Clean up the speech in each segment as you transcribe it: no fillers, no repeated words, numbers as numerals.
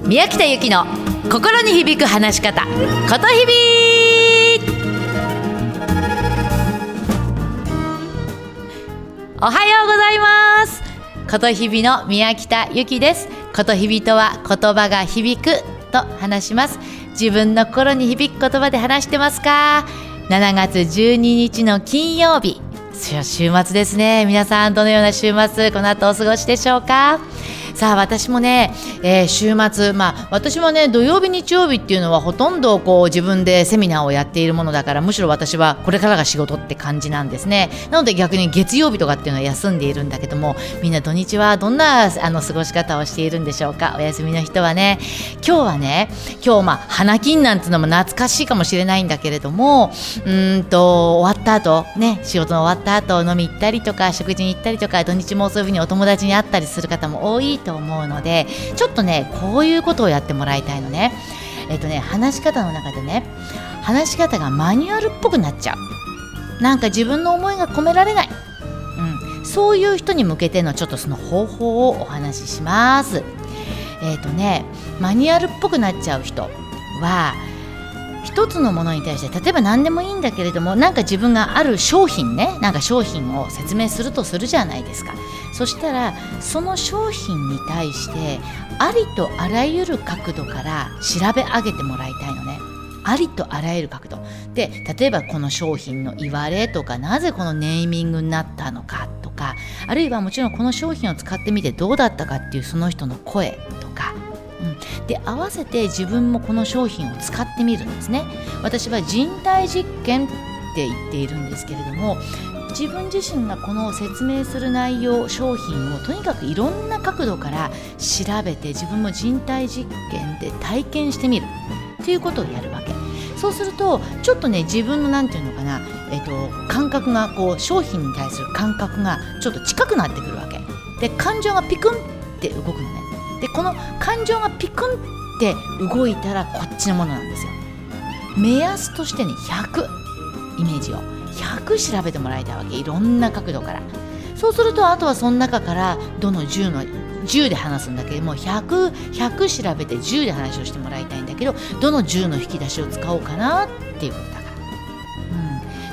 宮北由紀の心に響く話し方、ことひび。おはようございます。ことひびの宮北由紀です。ことひびとは言葉が響くと話します。自分の心に響く言葉で話してますか。7月12日の金曜日、週末ですね。皆さんどのような週末この後お過ごしでしょうか。さあ私もね、週末、私もね土曜日日曜日っていうのはほとんど自分でセミナーをやっているものだから、むしろ私はこれからが仕事って感じなんですね。なので逆に月曜日とかっていうのは休んでいるんだけども、みんな土日はどんな過ごし方をしているんでしょうか。お休みの人はね、今日花金なんていうのも懐かしいかもしれないんだけれども、終わった後ね、仕事の終わった後飲み行ったりとか食事に行ったりとか、土日もそういうふうにお友達に会ったりする方も多いと思うので、ちょっとねこういうことをやってもらいたいのね。話し方の中でね、話し方がマニュアルっぽくなっちゃう、なんか自分の思いが込められない、そういう人に向けてのちょっとその方法をお話しします。マニュアルっぽくなっちゃう人は、一つのものに対して、例えば何でもいいんだけれども、なんか自分がある商品ね、なんか商品を説明するとするじゃないですか。そしたらその商品に対してありとあらゆる角度から調べ上げてもらいたいのね。ありとあらゆる角度で、例えばこの商品の言われとか、なぜこのネーミングになったのかとか、あるいはもちろんこの商品を使ってみてどうだったかっていうその人の声とか、で合わせて自分もこの商品を使ってみるんですね。私は人体実験って言っているんですけれども、自分自身がこの説明する内容、商品をとにかくいろんな角度から調べて、自分も人体実験で体験してみるということをやるわけ。そうするとちょっとね、自分のなんていうのかな、感覚が商品に対する感覚がちょっと近くなってくるわけで、感情がピクンって動くのね。でこの感情がピクンって動いたらこっちのものなんですよ。目安としてね、100イメージを100調べてもらいたいわけ、いろんな角度から。そうするとあとはその中からどの10で話すんだけども、100調べて10で話をしてもらいたいんだけど、どの10の引き出しを使おうかなっていうことだから、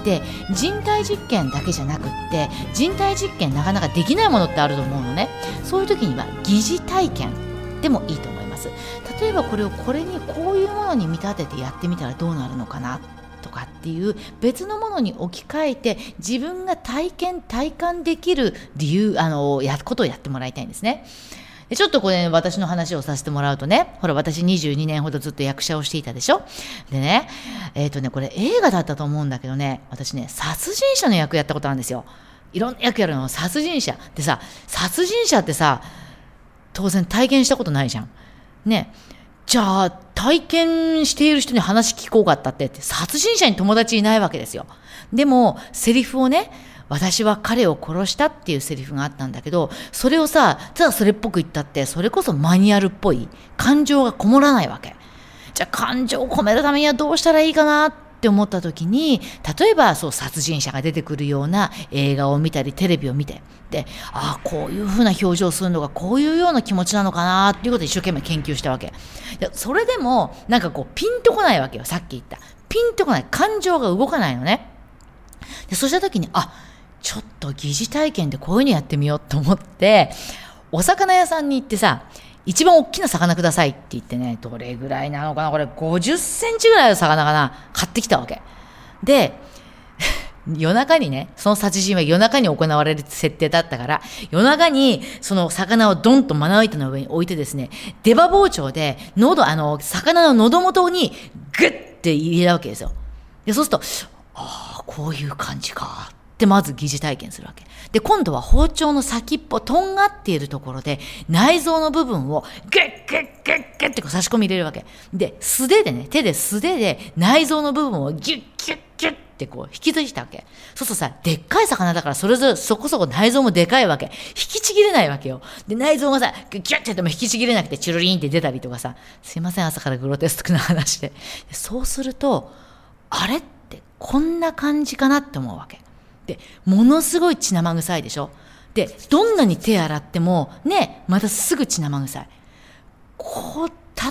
で人体実験だけじゃなくって、人体実験なかなかできないものってあると思うのね。そういう時には疑似体験でもいいと思います。例えばこれにこういうものに見立ててやってみたらどうなるのかなとかっていう別のものに置き換えて、自分が体感できることをやってもらいたいんですね。でちょっとこれ、私の話をさせてもらうとね、ほら私22年ほどずっと役者をしていたでしょ。でね、これ映画だったと思うんだけどね、私ね殺人者の役やったことあるんですよ。いろんな役やるの。殺人者でさ、殺人者ってさ、当然体験したことないじゃんね。じゃあ体験している人に話聞こうかったって殺人者に友達いないわけですよ。でもセリフをね、私は彼を殺したっていうセリフがあったんだけど、それをさ、ただそれっぽく言ったって、それこそマニュアルっぽい、感情がこもらないわけ。じゃあ感情を込めるためにはどうしたらいいかなって思った時に、例えば殺人者が出てくるような映画を見たりテレビを見て、でこういう風な表情をするのがこういうような気持ちなのかなっていうことを一生懸命研究したわけで、それでもなんかピンとこないわけよ。さっき言ったピンとこない、感情が動かないのね。でそうした時にちょっと疑似体験でこういうのやってみようと思って、お魚屋さんに行ってさ、一番大きな魚くださいって言ってね、どれぐらいなのかな、これ50センチぐらいの魚かな、買ってきたわけで、夜中にね、その殺人は夜中に行われる設定だったから、夜中にその魚をドンとまな板の上に置いてですね、出刃包丁で魚の喉元にグッて入れたわけですよ。でそうするとこういう感じかってまず疑似体験するわけで、今度は包丁の先っぽ、とんがっているところで内臓の部分をグッグッグッグッって差し込み入れるわけで、手で素手で内臓の部分をギュッギュッギュッって引きずりしたわけ。そうするとさ、でっかい魚だからそれぞれそこそこ内臓もでかいわけ、引きちぎれないわけよ。で内臓がさギュッギュッってやっても引きちぎれなくてチュルリンって出たりとかさ、すいません朝からグロテスクな話で、そうするとあれってこんな感じかなって思うわけで、ものすごい血生臭いでしょ。でどんなに手洗ってもね、またすぐ血生臭い。体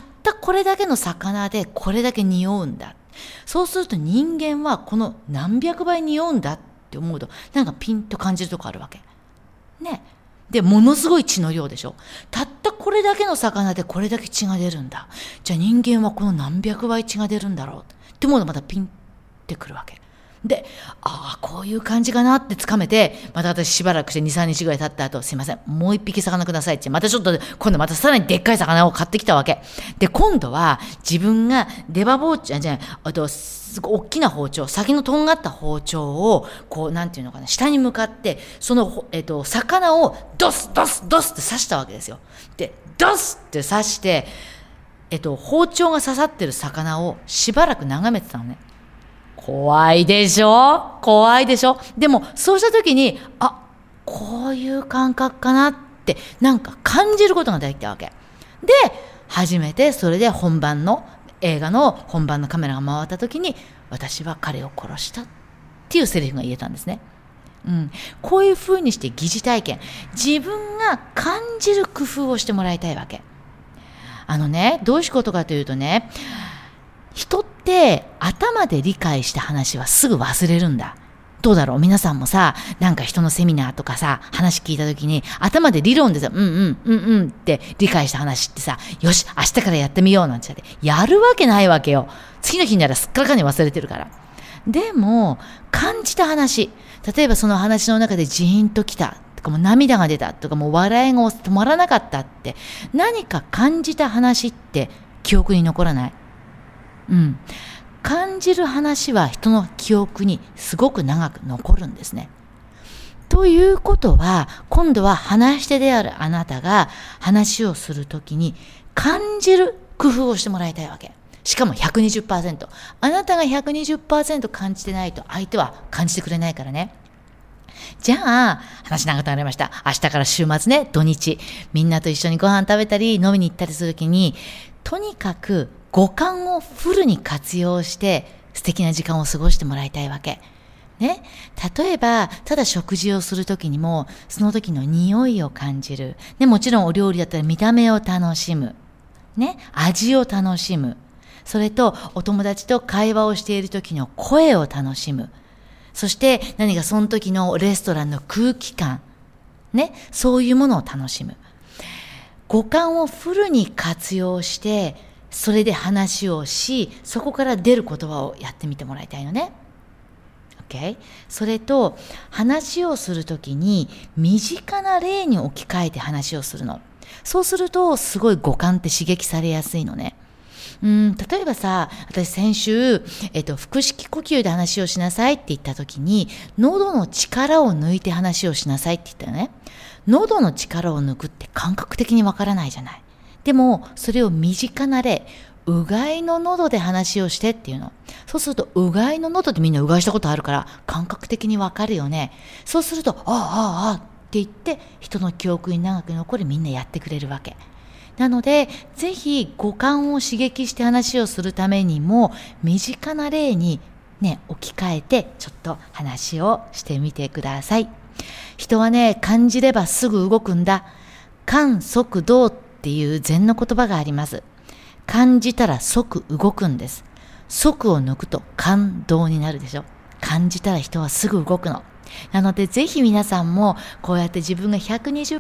これだけの魚でこれだけ匂うんだ。そうすると人間はこの何百倍匂うんだって思うと、なんかピンと感じるとこあるわけ。ね。で、ものすごい血の量でしょ。たったこれだけの魚でこれだけ血が出るんだ。じゃあ人間はこの何百倍血が出るんだろうって思うとまたピンってくるわけ。で、こういう感じかなってつかめて、また私しばらくして2、3日ぐらい経った後、すいません、もう一匹魚くださいって、またちょっと、今度またさらにでっかい魚を買ってきたわけ。で、今度は自分が出刃包丁、すごい大きな包丁、先のとんがった包丁を、こう、なんていうのかな、下に向かって、その、魚をドスドスドスって刺したわけですよ。で、ドスって刺して、包丁が刺さってる魚をしばらく眺めてたのね。怖いでしょ？怖いでしょ？でも、そうした時に、こういう感覚かなって、なんか感じることができたわけ。で、初めてそれで映画の本番のカメラが回った時に、私は彼を殺したっていうセリフが言えたんですね。こういう風にして疑似体験、自分が感じる工夫をしてもらいたいわけ。どういうことかというとね、人って頭で理解した話はすぐ忘れるんだ。どうだろう？皆さんもさ、なんか人のセミナーとかさ、話聞いたときに、頭で理論でさ、って理解した話ってさ、よし、明日からやってみようなんてやるわけないわけよ。次の日にならすっからかに忘れてるから。でも、感じた話、例えばその話の中でジーンときたとか、もう涙が出たとか、もう笑いが止まらなかったって、何か感じた話って記憶に残らない？感じる話は人の記憶にすごく長く残るんですね。ということは、今度は話し手であるあなたが話をするときに感じる工夫をしてもらいたいわけ。しかも 120%。あなたが 120% 感じてないと相手は感じてくれないからね。じゃあ、話長くなりました。明日から週末ね、土日。みんなと一緒にご飯食べたり飲みに行ったりするときに、とにかく五感をフルに活用して素敵な時間を過ごしてもらいたいわけ。ね。例えば、ただ食事をするときにも、その時の匂いを感じる。ね、もちろんお料理だったら見た目を楽しむ。ね。味を楽しむ。それと、お友達と会話をしている時の声を楽しむ。そして、何かその時のレストランの空気感。ね。そういうものを楽しむ。五感をフルに活用して、それで話をし、そこから出る言葉をやってみてもらいたいのね。OK？ それと、話をするときに、身近な例に置き換えて話をするの。そうすると、すごい五感って刺激されやすいのね。例えばさ、私先週、腹式呼吸で話をしなさいって言ったときに、喉の力を抜いて話をしなさいって言ったよね。喉の力を抜くって感覚的にわからないじゃない。でも、それを身近な例、うがいの喉で話をしてっていうの。そうすると、うがいの喉ってみんなうがいしたことあるから、感覚的にわかるよね。そうすると、って言って、人の記憶に長く残りみんなやってくれるわけ。なので、ぜひ五感を刺激して話をするためにも、身近な例にね、置き換えて、ちょっと話をしてみてください。人はね、感じればすぐ動くんだ。感即動っていう禅の言葉があります。感じたら即動くんです。即を抜くと感動になるでしょ。感じたら人はすぐ動くの。なのでぜひ皆さんもこうやって自分が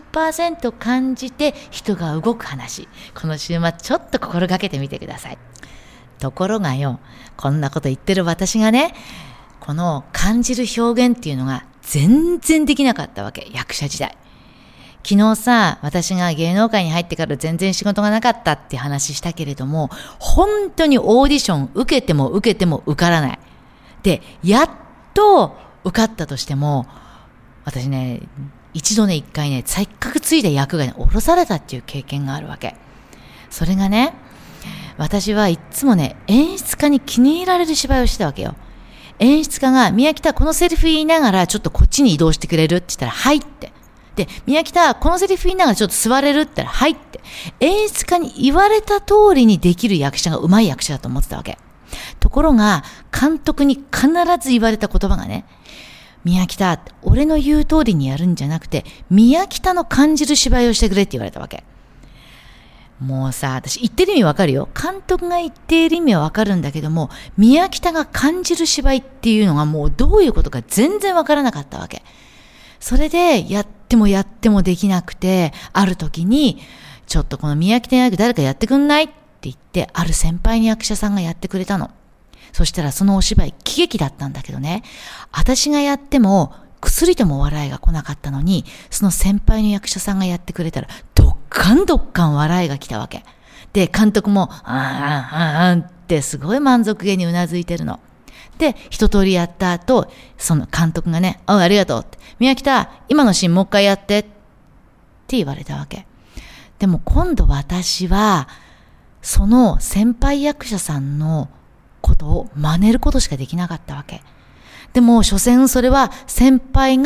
120% 感じて人が動く話、この週末ちょっと心がけてみてください。ところがよ、こんなこと言ってる私がね、この感じる表現っていうのが全然できなかったわけ、役者時代。昨日さ、私が芸能界に入ってから全然仕事がなかったって話したけれども、本当にオーディション受けても受けても受からない。で、やっと受かったとしても、私ね、一回ね、せっかくついた役がね、降ろされたっていう経験があるわけ。それがね、私はいつもね、演出家に気に入られる芝居をしてたわけよ。演出家が、宮北このセリフ言いながらちょっとこっちに移動してくれるって言ったら、はいって。で、宮北このセリフ言いながらちょっと座れるって言ったら、はいって。演出家に言われた通りにできる役者が上手い役者だと思ってたわけ。ところが、監督に必ず言われた言葉がね、宮北、俺の言う通りにやるんじゃなくて、宮北の感じる芝居をしてくれって言われたわけ。 もうさ、私言ってる意味わかるよ。監督が言っている意味はわかるんだけども、宮北が感じる芝居っていうのがもうどういうことか全然わからなかったわけ。それでやってもできなくて、ある時に、ちょっとこの宮北の役誰かやってくんないって言って、ある先輩の役者さんがやってくれたの。そしたらそのお芝居喜劇だったんだけどね、私がやっても薬とも笑いが来なかったのに、その先輩の役者さんがやってくれたらどっかん笑いが来たわけで、監督もあーってすごい満足げにうなずいてるので、一通りやった後、その監督がね、ありがとうって、宮北今のシーンもう一回やってって言われたわけ。でも今度私はその先輩役者さんのことを真似ることしかできなかったわけ。でも所詮それは先輩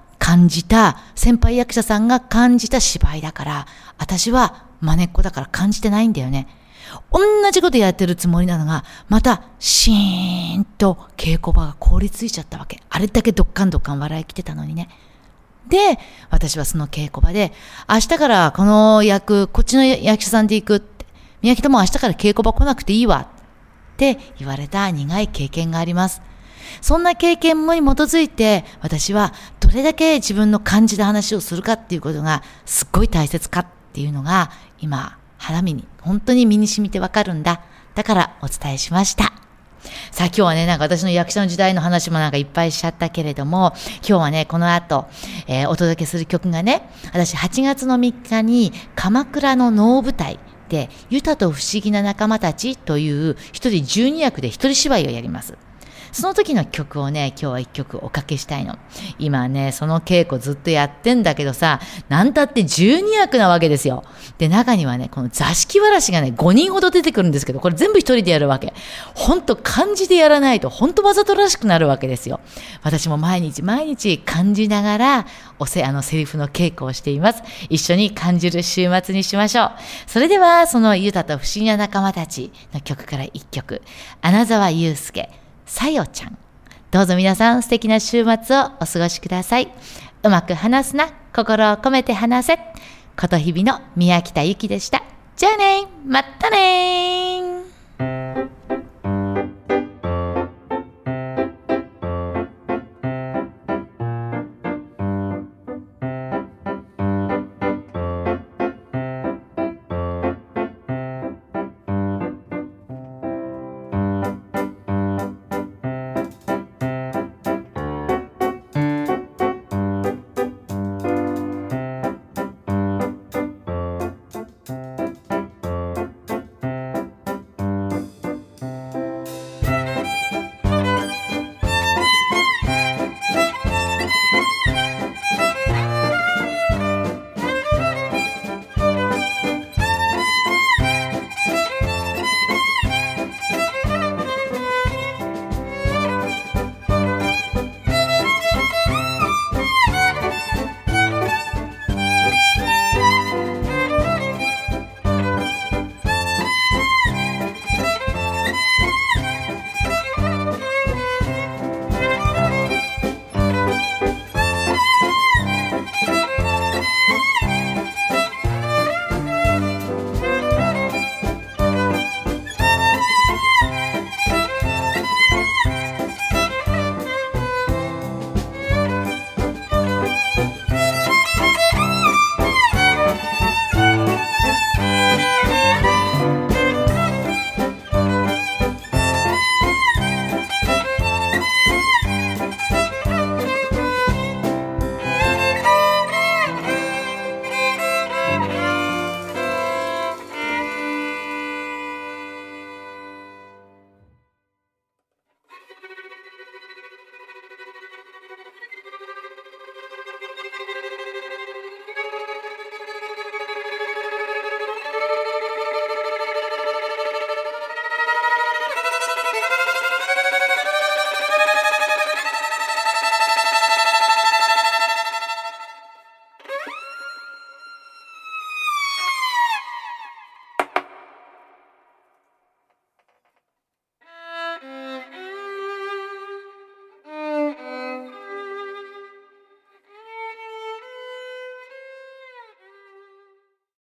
役者さんが感じた芝居だから、私は真似っこだから感じてないんだよね。同じことやってるつもりなのが、またシーンと稽古場が凍りついちゃったわけ。あれだけどっかん笑い来てたのにね。で、私はその稽古場で、明日からこの役、こっちの役者さんで行くって、宮北も明日から稽古場来なくていいわって言われた苦い経験があります。そんな経験に基づいて、私はどれだけ自分の感じた話をするかっていうことがすっごい大切かっていうのが今本当に身に染みてわかるんだ。だからお伝えしました。さあ今日はね、私の役者の時代の話もいっぱいしちゃったけれども、今日はね、この後、お届けする曲がね、私8月の3日に鎌倉の能舞台でユタと不思議な仲間たちという一人12役で一人芝居をやります。その時の曲をね、今日は一曲おかけしたいの。今ね、その稽古ずっとやってんだけどさ、なんたって12役なわけですよ。で、中にはね、この座敷わらしがね、5人ほど出てくるんですけど、これ全部一人でやるわけ。ほんと漢字でやらないと、ほんとわざとらしくなるわけですよ。私も毎日感じながら、セリフの稽古をしています。一緒に感じる週末にしましょう。それでは、そのユタと不思議な仲間たちの曲から一曲。穴澤雄介。さよちゃん。どうぞ皆さん素敵な週末をお過ごしください。うまく話すな、心を込めて話せ。ことひびの宮北ゆきでした。じゃあね、またね。